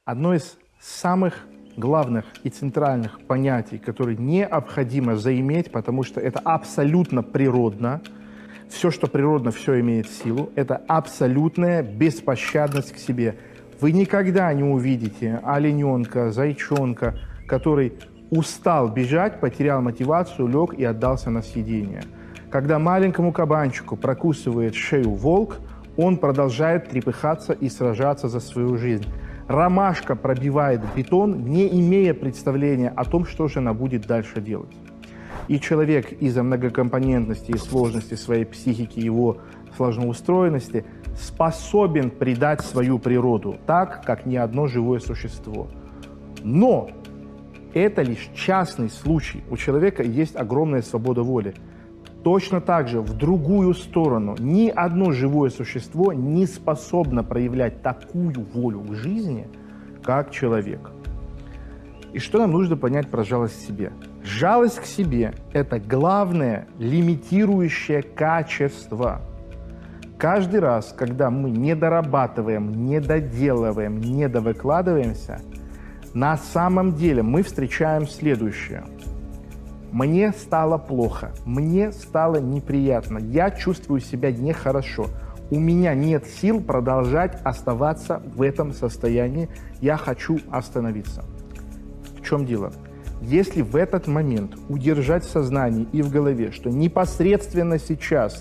Одно из самых главных и центральных понятий, которые необходимо заиметь, потому что это абсолютно природно. Все, что природно, все имеет силу. Это абсолютная беспощадность к себе. Вы никогда не увидите олененка, зайчонка, который устал бежать, потерял мотивацию, лег и отдался на съедение. Когда маленькому кабанчику прокусывает шею волк, он продолжает трепыхаться и сражаться за свою жизнь. Ромашка пробивает бетон, не имея представления о том, что же она будет дальше делать. И человек из-за многокомпонентности и сложности своей психики, его сложноустроенности, способен предать свою природу так, как ни одно живое существо. Но это лишь частный случай. У человека есть огромная свобода воли. Точно так же в другую сторону ни одно живое существо не способно проявлять такую волю к жизни, как человек. И что нам нужно понять про жалость к себе? Жалость к себе – это главное лимитирующее качество. Каждый раз, когда мы не дорабатываем, не доделываем, не довыкладываемся, на самом деле мы встречаем следующее. Мне стало плохо, мне стало неприятно, я чувствую себя нехорошо, у меня нет сил продолжать оставаться в этом состоянии, я хочу остановиться. В чем дело? Если в этот момент удержать в сознании и в голове, что непосредственно сейчас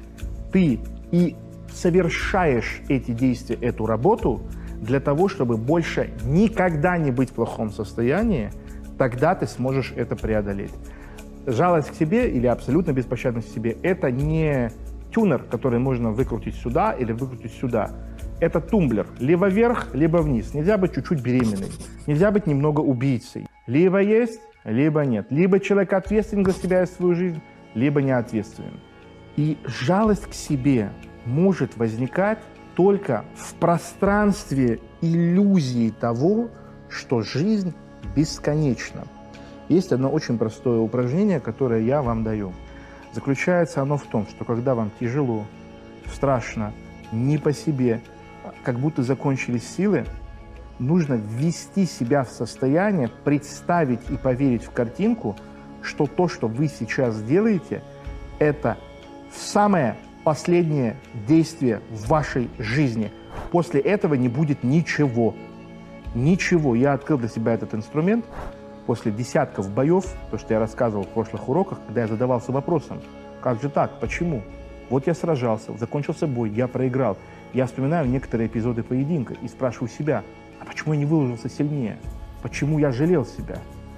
ты и совершаешь эти действия, эту работу, для того, чтобы больше никогда не быть в плохом состоянии, тогда ты сможешь это преодолеть. Жалость к себе или абсолютно беспощадность к себе – это не тюнер, который можно выкрутить сюда или выкрутить сюда. Это тумблер. Либо вверх, либо вниз. Нельзя быть чуть-чуть беременной. Нельзя быть немного убийцей. Либо есть, либо нет. Либо человек ответственен за себя и свою жизнь, либо не ответственен. И жалость к себе может возникать только в пространстве иллюзии того, что жизнь бесконечна. Есть одно очень простое упражнение, которое я вам даю. Заключается оно в том, что когда вам тяжело, страшно, не по себе, как будто закончились силы, нужно ввести себя в состояние, представить и поверить в картинку, что то, что вы сейчас делаете, это самое последнее действие в вашей жизни. После этого не будет ничего. Ничего. Я открыл для себя этот инструмент после десятков боев, то, что я рассказывал в прошлых уроках, когда я задавался вопросом, как же так, почему? Вот я сражался, закончился бой, я проиграл. Я вспоминаю некоторые эпизоды поединка и спрашиваю себя, а почему я не выложился сильнее? Почему я жалел себя?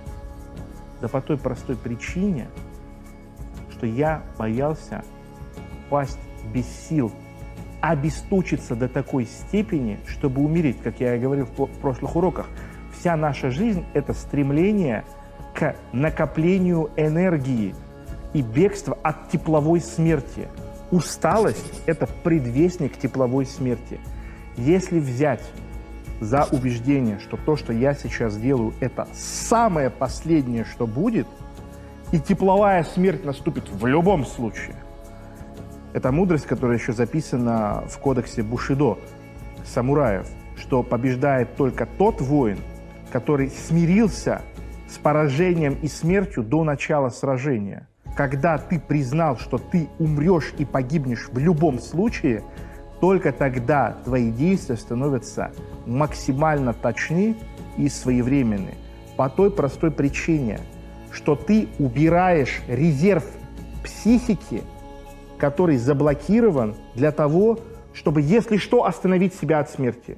Да по той простой причине, что я боялся пасть без сил, обесточиться до такой степени, чтобы умереть, как я и говорил в прошлых уроках. Вся наша жизнь – это стремление к накоплению энергии и бегство от тепловой смерти. Усталость – это предвестник тепловой смерти. Если взять за убеждение, что то, что я сейчас делаю, это самое последнее, что будет, и тепловая смерть наступит в любом случае. Это мудрость, которая еще записана в кодексе Бушидо самураев, что побеждает только тот воин, который смирился с поражением и смертью до начала сражения. Когда ты признал, что ты умрешь и погибнешь в любом случае, только тогда твои действия становятся максимально точны и своевременны. По той простой причине, что ты убираешь резерв психики, который заблокирован для того, чтобы, если что, остановить себя от смерти.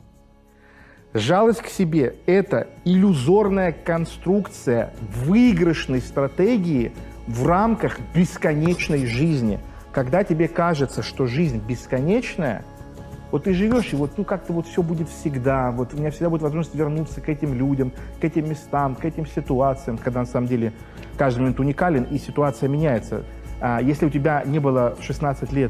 Жалость к себе – это иллюзорная конструкция выигрышной стратегии в рамках бесконечной жизни. Когда тебе кажется, что жизнь бесконечная, вот ты живешь, и вот ну, как-то вот все будет всегда, вот у меня всегда будет возможность вернуться к этим людям, к этим местам, к этим ситуациям, когда на самом деле каждый момент уникален, и ситуация меняется. Если у тебя не было в 16 лет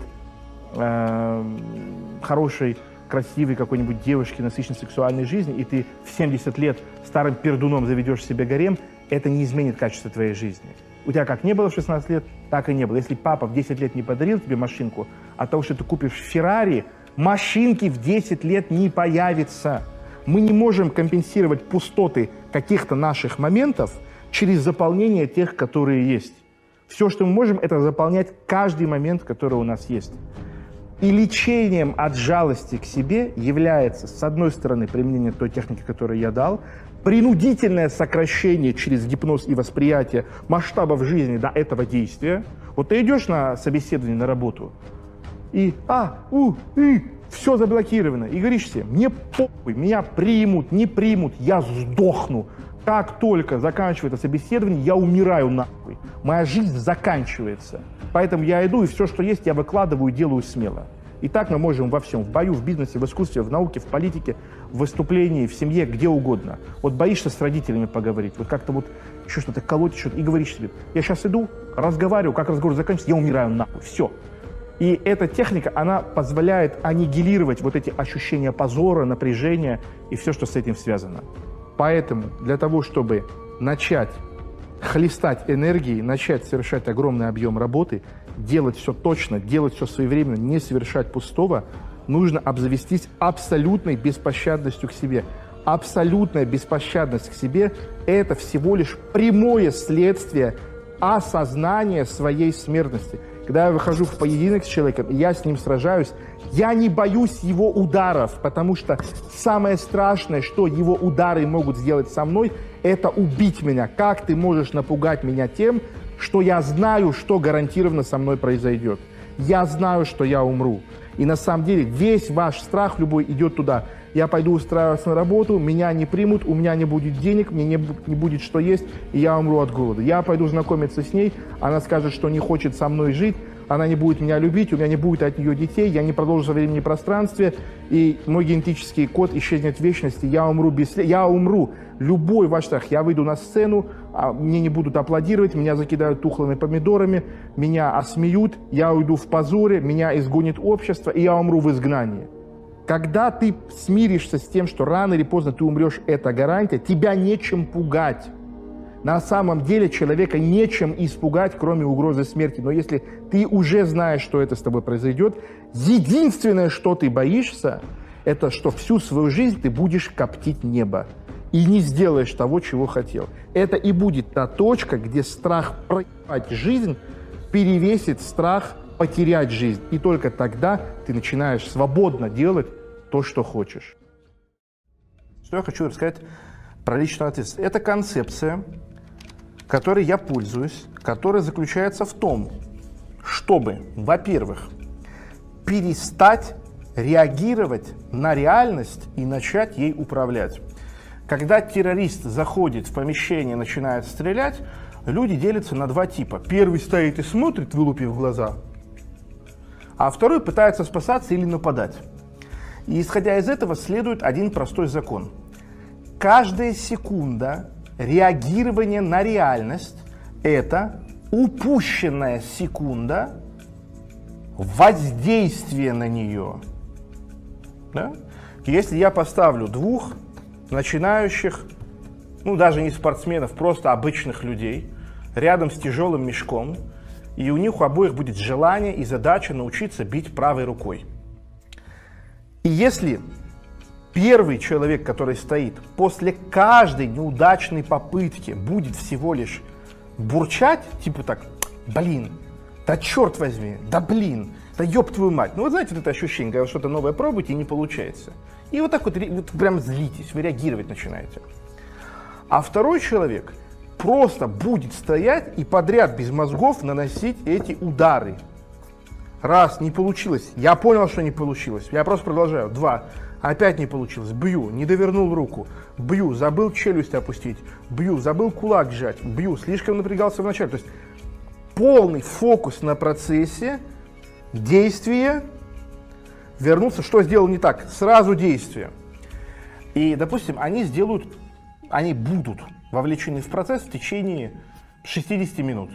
хорошей, красивой какой-нибудь девушки, насыщенной сексуальной жизни, и ты в 70 лет старым пердуном заведешь себе гарем, это не изменит качество твоей жизни. У тебя как не было в 16 лет, так и не было. Если папа в 10 лет не подарил тебе машинку, от того, что ты купишь Феррари, машинки в 10 лет не появится. Мы не можем компенсировать пустоты каких-то наших моментов через заполнение тех, которые есть. Все, что мы можем, это заполнять каждый момент, который у нас есть. И лечением от жалости к себе является, с одной стороны, применение той техники, которую я дал, принудительное сокращение через гипноз и восприятие масштабов жизни до этого действия. Вот ты идешь на собеседование, на работу, и все заблокировано. И говоришь себе, мне похуй, меня примут, не примут, я сдохну. Как только заканчивается собеседование, я умираю нахуй. Моя жизнь заканчивается. Поэтому я иду, и все, что есть, я выкладываю и делаю смело. И так мы можем во всем. В бою, в бизнесе, в искусстве, в науке, в политике, в выступлении, в семье, где угодно. Вот боишься с родителями поговорить, вот как-то вот еще что-то колоть, что-то, и говоришь себе, я сейчас иду, разговариваю, как разговор заканчивается, я умираю нахуй. Все. И эта техника, она позволяет аннигилировать вот эти ощущения позора, напряжения и все, что с этим связано. Поэтому для того, чтобы начать хлестать энергией, начать совершать огромный объем работы, делать все точно, делать все своевременно, не совершать пустого, нужно обзавестись абсолютной беспощадностью к себе. Абсолютная беспощадность к себе – это всего лишь прямое следствие осознания своей смертности. Когда я выхожу в поединок с человеком, и я с ним сражаюсь, я не боюсь его ударов, потому что самое страшное, что его удары могут сделать со мной, это убить меня. Как ты можешь напугать меня тем, что я знаю, что гарантированно со мной произойдет? Я знаю, что я умру. И на самом деле весь ваш страх любой идет туда. Я пойду устраиваться на работу, меня не примут, у меня не будет денег, мне не будет что есть, и я умру от голода. Я пойду знакомиться с ней, она скажет, что не хочет со мной жить, она не будет меня любить, у меня не будет от нее детей, я не продолжу во времени и пространстве, и мой генетический код исчезнет в вечности, я умру я умру. Любой ваш страх, я выйду на сцену, мне не будут аплодировать, меня закидают тухлыми помидорами, меня осмеют, я уйду в позоре, меня изгонит общество, и я умру в изгнании. Когда ты смиришься с тем, что рано или поздно ты умрешь, это гарантия, тебя нечем пугать. На самом деле человека нечем испугать, кроме угрозы смерти. Но если ты уже знаешь, что это с тобой произойдет, единственное, что ты боишься, это что всю свою жизнь ты будешь коптить небо и не сделаешь того, чего хотел. Это и будет та точка, где страх проебать жизнь перевесит страх потерять жизнь. И только тогда ты начинаешь свободно делать то, что хочешь. Что я хочу рассказать про личную ответственность. Это концепция, которой я пользуюсь, которая заключается в том, чтобы, во-первых, перестать реагировать на реальность и начать ей управлять. Когда террорист заходит в помещение и начинает стрелять, люди делятся на два типа. Первый стоит и смотрит, вылупив глаза, а второй пытается спасаться или нападать. И исходя из этого следует один простой закон. Каждая секунда реагирования на реальность – это упущенная секунда воздействия на нее. Да? Если я поставлю двух начинающих, ну даже не спортсменов, просто обычных людей, рядом с тяжелым мешком, и у них у обоих будет желание и задача научиться бить правой рукой. И если первый человек, который стоит, после каждой неудачной попытки будет всего лишь бурчать, типа так, блин, да черт возьми, да блин, да ёб твою мать. Ну вот знаете, вот это ощущение, когда вы что-то новое пробуете и не получается. И вот так вот прям злитесь, вы реагировать начинаете. А второй человек просто будет стоять и подряд без мозгов наносить эти удары. Раз, не получилось, я понял, что не получилось, я просто продолжаю. Два, опять не получилось, бью, не довернул руку, бью, забыл челюсть опустить, бью, забыл кулак сжать, бью, слишком напрягался вначале. То есть полный фокус на процессе, действие, вернуться, что сделал не так, сразу действие. И, допустим, они будут вовлечены в процесс в течение 60 минут.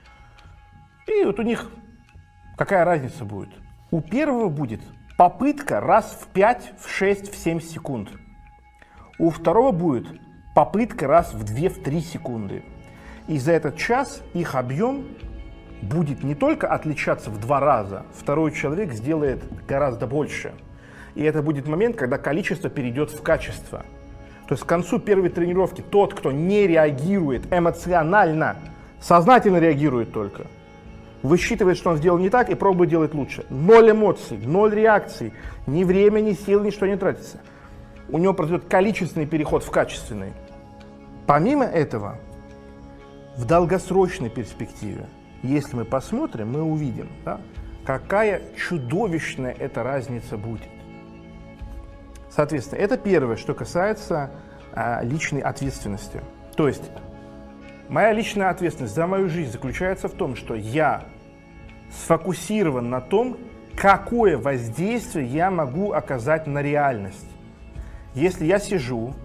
И вот у них какая разница будет? У первого будет попытка раз в 5, в 6, в 7 секунд. У второго будет попытка раз в 2, в 3 секунды. И за этот час их объем будет не только отличаться в 2 раза, второй человек сделает гораздо больше. И это будет момент, когда количество перейдет в качество. То есть к концу первой тренировки тот, кто не реагирует эмоционально, сознательно реагирует только, высчитывает, что он сделал не так, и пробует делать лучше. 0 эмоций, 0 реакций, ни время, ни сил, ничто не тратится. У него произойдет количественный переход в качественный. Помимо этого, в долгосрочной перспективе, если мы посмотрим, мы увидим, да, какая чудовищная эта разница будет. Соответственно, это первое, что касается личной ответственности. То есть, моя личная ответственность за мою жизнь заключается в том, что я сфокусирован на том, какое воздействие я могу оказать на реальность. Если я сижу,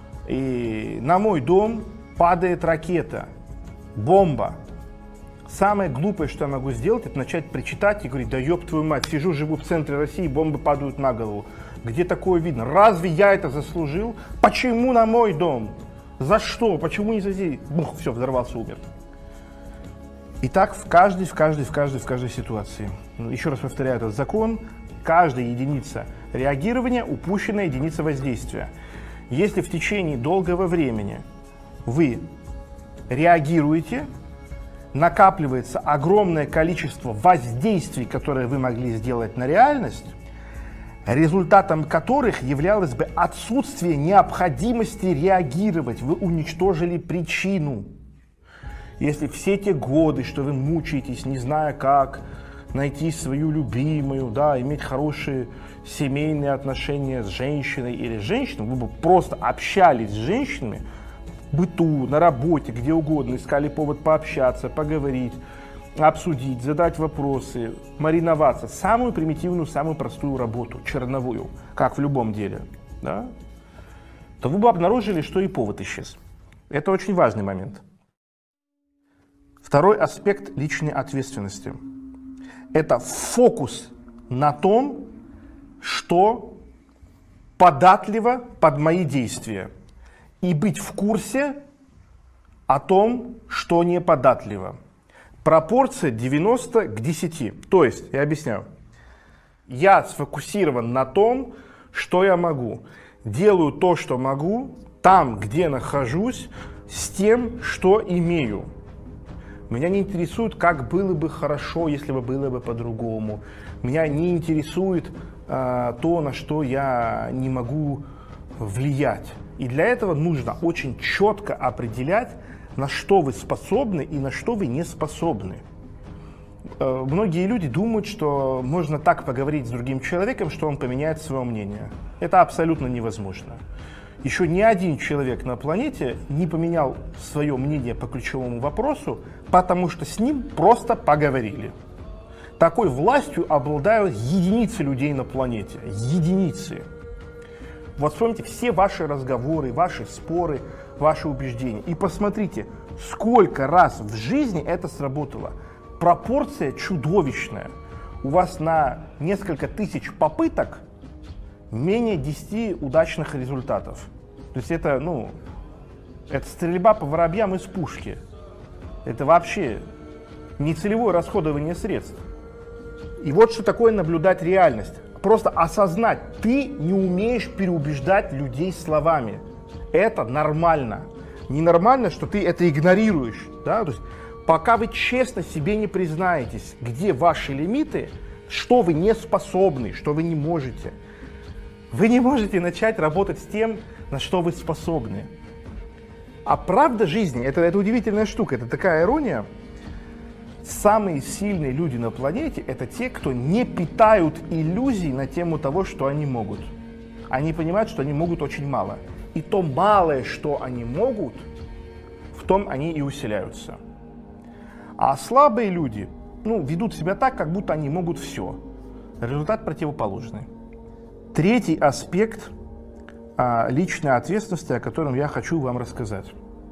и на мой дом падает ракета, бомба, самое глупое, что я могу сделать, это начать причитать и говорить: да ёб твою мать, сижу, живу в центре России, бомбы падают на голову. Где такое видно? Разве я это заслужил? Почему на мой дом? За что? Почему не за здесь? Бух, все, взорвался, умер. И так в каждой ситуации. Еще раз повторяю этот закон. Каждая единица реагирования — упущенная единица воздействия. Если в течение долгого времени вы реагируете, накапливается огромное количество воздействий, которые вы могли сделать на реальность, результатом которых являлось бы отсутствие необходимости реагировать. Вы уничтожили причину. Если все те годы, что вы мучаетесь, не зная, как найти свою любимую, да, иметь хорошие семейные отношения с женщиной или женщиной, вы бы просто общались с женщинами в быту, на работе, где угодно, искали повод пообщаться, поговорить, обсудить, задать вопросы, мариноваться. Самую примитивную, самую простую работу, черновую, как в любом деле, да, то вы бы обнаружили, что и повод исчез. Это очень важный момент. Второй аспект личной ответственности – это фокус на том, что податливо под мои действия, и быть в курсе о том, что не податливо. Пропорция 90 к 10. То есть, я объясняю, я сфокусирован на том, что я могу. Делаю то, что могу, там, где нахожусь, с тем, что имею. Меня не интересует, как было бы хорошо, если бы было бы по-другому. Меня не интересует то, на что я не могу влиять. И для этого нужно очень четко определять, на что вы способны и на что вы не способны. Многие люди думают, что можно так поговорить с другим человеком, что он поменяет свое мнение. Это абсолютно невозможно. Еще ни один человек на планете не поменял свое мнение по ключевому вопросу, потому что с ним просто поговорили. Такой властью обладают единицы людей на планете. Единицы. Вот вспомните все ваши разговоры, ваши споры, ваши убеждения. И посмотрите, сколько раз в жизни это сработало. Пропорция чудовищная. У вас на несколько тысяч попыток менее 10 удачных результатов. То есть это, это стрельба по воробьям из пушки. Это вообще не целевое расходование средств. И вот что такое наблюдать реальность. Просто осознать, ты не умеешь переубеждать людей словами. Это нормально. Ненормально, что ты это игнорируешь. Да? То есть, пока вы честно себе не признаетесь, где ваши лимиты, что вы не способны, что вы не можете, вы не можете начать работать с тем, на что вы способны. А правда жизни, это удивительная штука, это такая ирония. Самые сильные люди на планете – это те, кто не питают иллюзий на тему того, что они могут. Они понимают, что они могут очень мало. И то малое, что они могут, в том они и усиляются. А слабые люди ведут себя так, как будто они могут все. Результат противоположный. Третий аспект личной ответственности, о котором я хочу вам рассказать.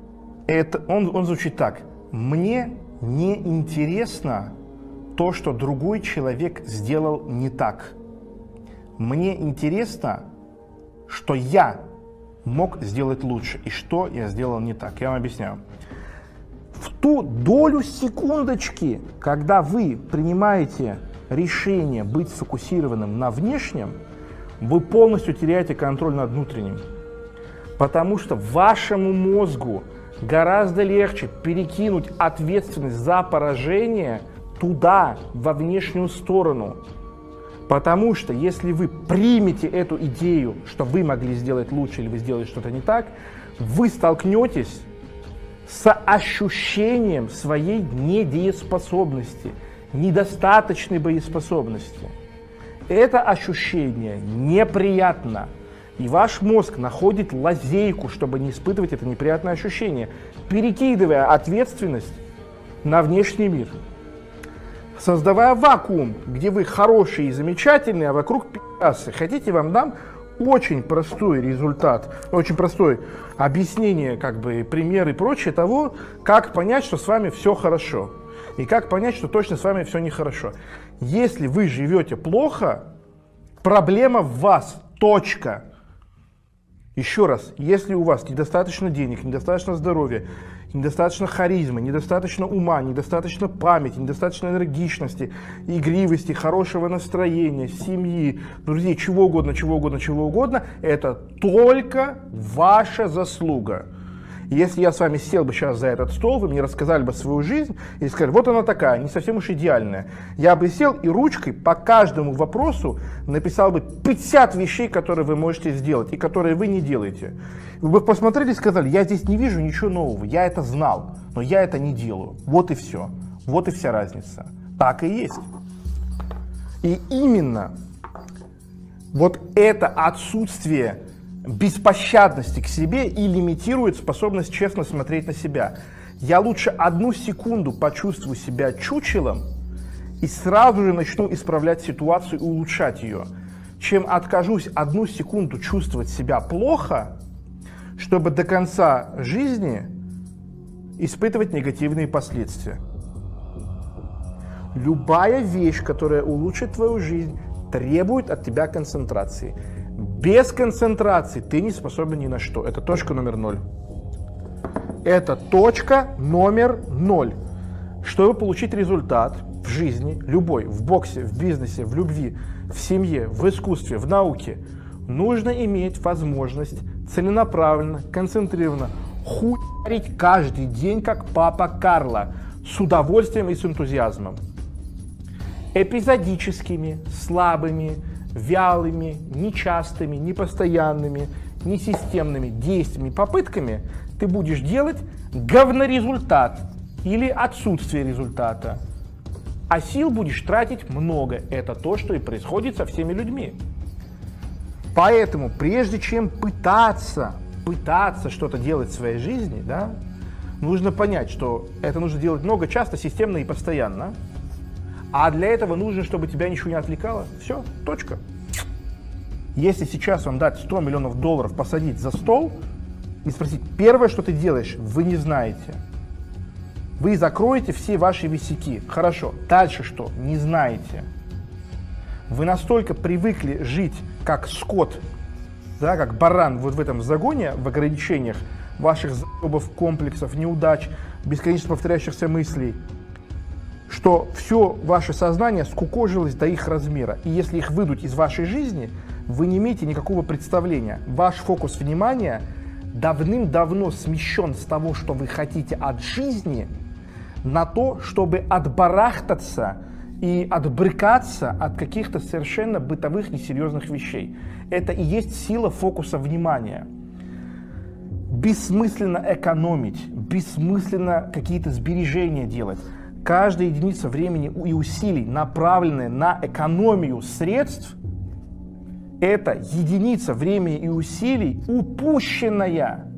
Он звучит так. Мне не интересно то, что другой человек сделал не так. Мне интересно, что я мог сделать лучше и что я сделал не так. Я вам объясняю. В ту долю секундочки, когда вы принимаете решение быть сфокусированным на внешнем, вы полностью теряете контроль над внутренним. Потому что вашему мозгу гораздо легче перекинуть ответственность за поражение туда, во внешнюю сторону. Потому что если вы примете эту идею, что вы могли сделать лучше или вы сделали что-то не так, вы столкнетесь с ощущением своей недееспособности, недостаточной боеспособности. Это ощущение неприятно. И ваш мозг находит лазейку, чтобы не испытывать это неприятное ощущение, перекидывая ответственность на внешний мир. Создавая вакуум, где вы хорошие и замечательные, а вокруг пи***сы. Хотите, вам дам очень простой результат, очень простое объяснение, пример и прочее того, как понять, что с вами все хорошо. И как понять, что точно с вами все нехорошо. Если вы живете плохо, проблема в вас. Точка. Еще раз, если у вас недостаточно денег, недостаточно здоровья, недостаточно харизмы, недостаточно ума, недостаточно памяти, недостаточно энергичности, игривости, хорошего настроения, семьи, друзей, чего угодно, это только ваша заслуга. Если я с вами сел бы сейчас за этот стол, вы мне рассказали бы свою жизнь и сказали, вот она такая, не совсем уж идеальная. Я бы сел и ручкой по каждому вопросу написал бы 50 вещей, которые вы можете сделать и которые вы не делаете. Вы бы посмотрели и сказали, я здесь не вижу ничего нового, я это знал, но я это не делаю. Вот и все. Вот и вся разница. Так и есть. И именно вот это отсутствие беспощадности к себе и лимитирует способность честно смотреть на себя. Я лучше 1 секунду почувствую себя чучелом и сразу же начну исправлять ситуацию и улучшать ее, чем откажусь 1 секунду чувствовать себя плохо, чтобы до конца жизни испытывать негативные последствия. Любая вещь, которая улучшит твою жизнь, требует от тебя концентрации. Без концентрации ты не способен ни на что. Это точка номер 0. Это точка номер 0. Чтобы получить результат в жизни, любой, в боксе, в бизнесе, в любви, в семье, в искусстве, в науке, нужно иметь возможность целенаправленно, концентрированно хуярить каждый день, как папа Карло, с удовольствием и с энтузиазмом. Эпизодическими, слабыми, вялыми, нечастыми, непостоянными, несистемными действиями, попытками ты будешь делать говнорезультат или отсутствие результата. А сил будешь тратить много. Это то, что и происходит со всеми людьми. Поэтому, прежде чем пытаться что-то делать в своей жизни, да, нужно понять, что это нужно делать много, часто, системно и постоянно. А для этого нужно, чтобы тебя ничего не отвлекало. Все, точка. Если сейчас вам дать $100 миллионов, посадить за стол и спросить, первое, что ты делаешь, вы не знаете. Вы закроете все ваши висяки. Хорошо, дальше что? Не знаете. Вы настолько привыкли жить как скот, да, как баран вот в этом загоне, в ограничениях ваших заебов, комплексов, неудач, бесконечно повторяющихся мыслей, что все ваше сознание скукожилось до их размера. И если их выдуть из вашей жизни, вы не имеете никакого представления. Ваш фокус внимания давным-давно смещен с того, что вы хотите от жизни, на то, чтобы отбарахтаться и отбрыкаться от каких-то совершенно бытовых несерьезных вещей. Это и есть сила фокуса внимания. Бессмысленно экономить, бессмысленно какие-то сбережения делать. Каждая единица времени и усилий, направленная на экономию средств, это единица времени и усилий, упущенная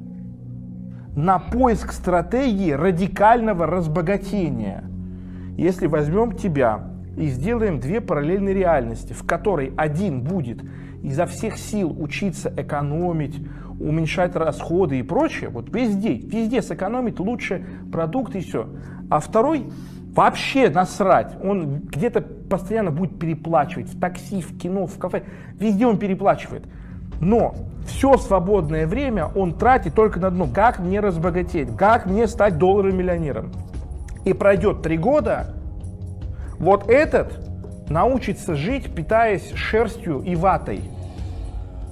на поиск стратегии радикального разбогатения. Если возьмем тебя и сделаем 2 параллельные реальности, в которой один будет изо всех сил учиться экономить, уменьшать расходы и прочее, вот везде сэкономить лучше продукты и все, а второй вообще насрать, он где-то постоянно будет переплачивать, в такси, в кино, в кафе, везде он переплачивает. Но все свободное время он тратит только на одно. Как мне разбогатеть? Как мне стать долларовым миллионером? И пройдет 3 года, вот этот научится жить, питаясь шерстью и ватой.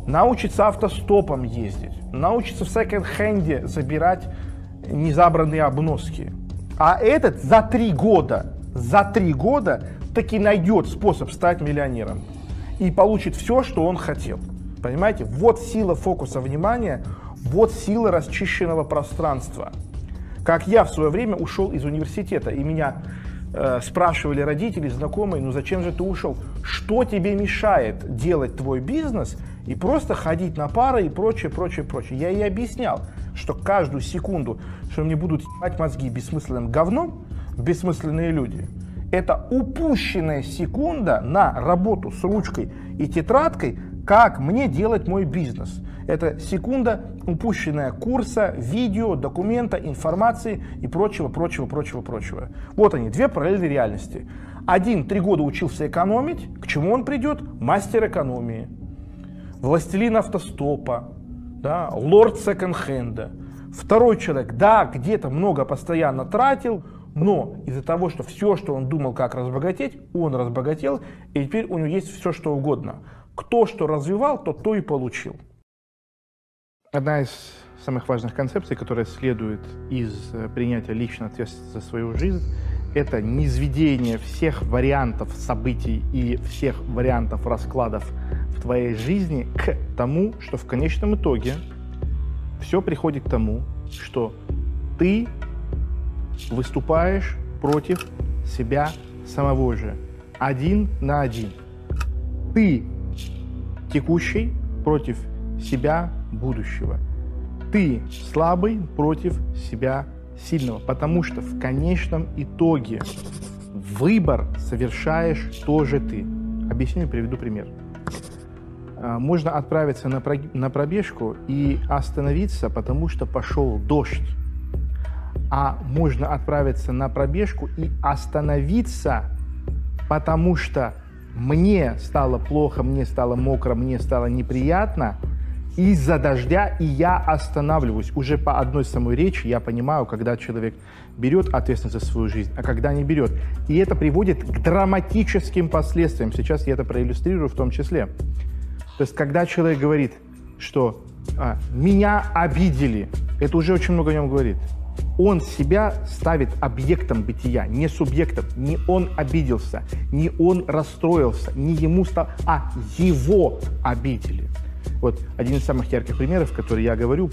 научится автостопом ездить, научится в секонд-хенде забирать незабранные обноски. А этот за 3 года таки найдет способ стать миллионером и получит все, что он хотел. Понимаете? Вот сила фокуса внимания, вот сила расчищенного пространства. Как я в свое время ушел из университета, и меня спрашивали родители, знакомые, ну зачем же ты ушел? Что тебе мешает делать твой бизнес и просто ходить на пары и прочее, прочее, прочее? Я ей объяснял, что каждую секунду, что мне будут ебать мозги бессмысленным говном, бессмысленные люди, это упущенная секунда на работу с ручкой и тетрадкой, как мне делать мой бизнес. Это секунда, упущенная курса, видео, документа, информации и прочего, прочего, прочего, прочего. Вот они, 2 параллельные реальности. Один 3 года учился экономить, к чему он придет? Мастер экономии, властелин автостопа, да, лорд секонд-хенда. Второй человек, да, где-то много постоянно тратил, но из-за того, что все, что он думал, как разбогатеть, он разбогател, и теперь у него есть все, что угодно. Кто что развивал, тот то и получил. Одна из самых важных концепций, которая следует из принятия личной ответственности за свою жизнь, это низведение всех вариантов событий и всех вариантов раскладов в твоей жизни к тому, что в конечном итоге все приходит к тому, что ты выступаешь против себя самого же, 1 на 1. Ты текущий против себя будущего. Ты слабый против себя сильного, потому что в конечном итоге выбор совершаешь тоже ты. Объясню, приведу пример. Можно отправиться на пробежку и остановиться, потому что пошел дождь. А можно отправиться на пробежку и остановиться, потому что мне стало плохо, мне стало мокро, мне стало неприятно из-за дождя, и я останавливаюсь. Уже по одной самой речи я понимаю, когда человек берет ответственность за свою жизнь, а когда не берет. И это приводит к драматическим последствиям. Сейчас я это проиллюстрирую в том числе. То есть, когда человек говорит, что «меня обидели», это уже очень много о нем говорит. Он себя ставит объектом бытия, не субъектом. Не он обиделся, не он расстроился, не ему стало, а его обидели. Вот один из самых ярких примеров, который я говорю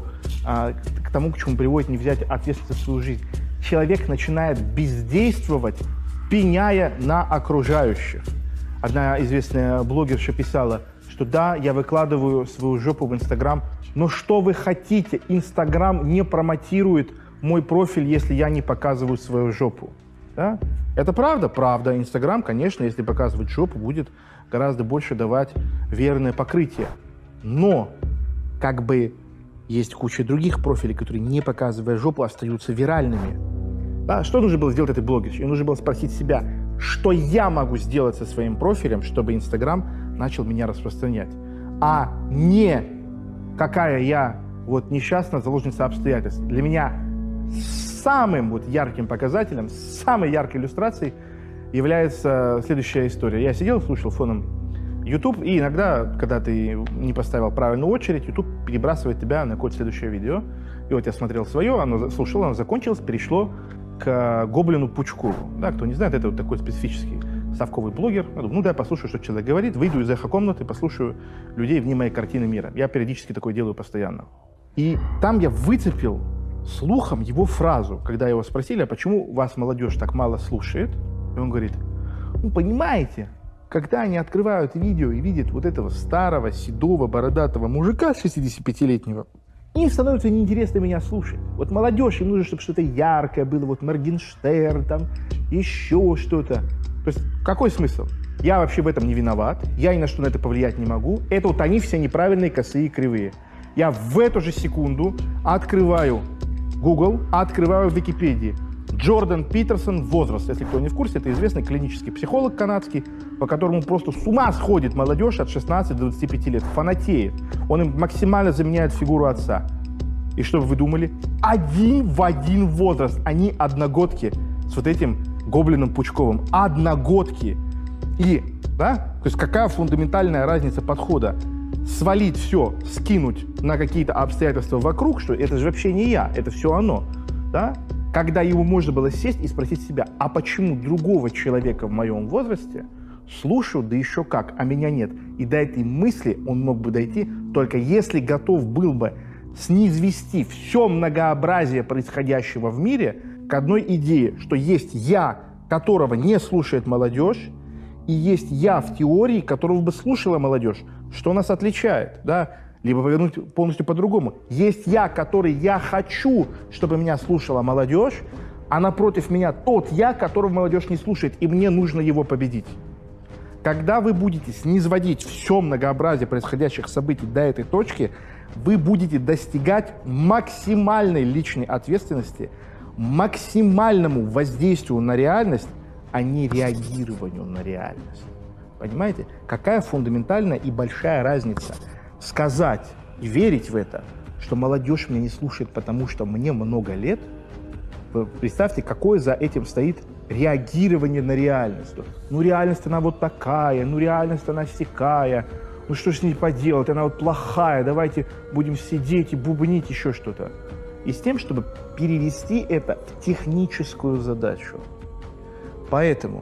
к тому, к чему приводит не взять ответственность за свою жизнь. Человек начинает бездействовать, пеняя на окружающих. Одна известная блогерша писала, что да, я выкладываю свою жопу в Инстаграм, но что вы хотите? Инстаграм не промотирует мой профиль, если я не показываю свою жопу. Да? Это правда? Правда. Инстаграм, конечно, если показывать жопу, будет гораздо больше давать верное покрытие. Но, как бы, есть куча других профилей, которые, не показывая жопу, остаются виральными. Да? Что нужно было сделать этой блогерше? Ей нужно было спросить себя, что я могу сделать со своим профилем, чтобы Инстаграм начал меня распространять, а не какая я несчастная заложница обстоятельств. Для меня самым ярким показателем, самой яркой иллюстрацией является следующая история. Я сидел, слушал фоном YouTube, и иногда, когда ты не поставил правильную очередь, YouTube перебрасывает тебя на какое-то следующее видео. И вот я смотрел свое, слушал, оно закончилось, перешло к Гоблину Пучкову. Да, кто не знает, это вот такой специфический совковый блогер. Я думаю, дай послушаю, что человек говорит, выйду из эхо-комнаты, послушаю людей вне моей картины мира. Я периодически такое делаю постоянно. И там я выцепил слухом его фразу, когда его спросили, а почему вас молодежь так мало слушает? И он говорит, ну, понимаете, когда они открывают видео и видят вот этого старого, седого, бородатого мужика 65-летнего, им становится неинтересно меня слушать. Вот молодежь, им нужно, чтобы что-то яркое было, вот Моргенштерн, там, еще что-то. То есть какой смысл? Я вообще в этом не виноват, я ни на что на это повлиять не могу. Это вот они все неправильные, косые, кривые. Я в эту же секунду открываю Google, открываю Википедию. Джордан Питерсон «Возраст». Если кто не в курсе, это известный клинический психолог канадский, по которому просто с ума сходит молодежь от 16 до 25 лет, фанатеет. Он им максимально заменяет фигуру отца. И что вы думали? Один в один возраст. Они одногодки с вот этим Гоблином Пучковым. Одногодки. И, да, то есть какая фундаментальная разница подхода? свалить все, скинуть на какие-то обстоятельства вокруг, что это же вообще не я, это все оно, да? Когда его можно было сесть и спросить себя, а почему другого человека в моем возрасте слушают, да еще как, а меня нет? И до этой мысли он мог бы дойти, только если готов был бы снизвести все многообразие происходящего в мире к одной идее, что есть я, которого не слушает молодежь, и есть я в теории, которого бы слушала молодежь. Что нас отличает, да? Либо повернуть полностью по-другому. Есть я, который я хочу, чтобы меня слушала молодежь, а напротив меня тот я, которого молодежь не слушает, и мне нужно его победить. Когда вы будете снизводить все многообразие происходящих событий до этой точки, вы будете достигать максимальной личной ответственности, максимальному воздействию на реальность, а не реагированию на реальность. Понимаете? Какая фундаментальная и большая разница сказать и верить в это, что молодежь меня не слушает, потому что мне много лет. Вы представьте, какое за этим стоит реагирование на реальность. Ну, реальность она вот такая, ну, реальность она сякая, ну, что с ней поделать, она вот плохая, давайте будем сидеть и бубнить еще что-то. И с тем, чтобы перевести это в техническую задачу. Поэтому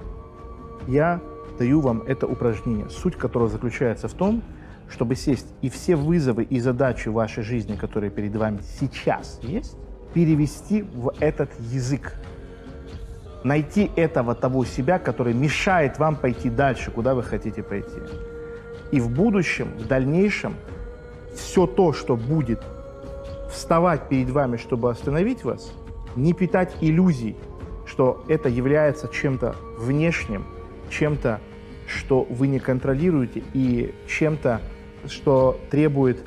я даю вам это упражнение, суть которого заключается в том, чтобы сесть и все вызовы и задачи в вашей жизни, которые перед вами сейчас есть, перевести в этот язык. Найти того себя, который мешает вам пойти дальше, куда вы хотите пойти. И в будущем, в дальнейшем, все то, что будет вставать перед вами, чтобы остановить вас, не питать иллюзий, что это является чем-то внешним, чем-то, что вы не контролируете, и чем-то, что требует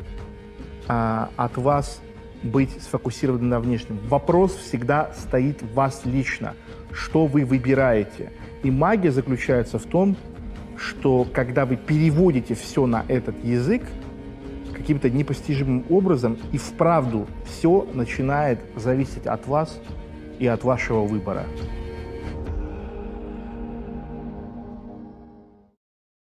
от вас быть сфокусированным на внешнем. Вопрос всегда стоит в вас лично, что вы выбираете. И магия заключается в том, что когда вы переводите все на этот язык, каким-то непостижимым образом, и вправду все начинает зависеть от вас и от вашего выбора.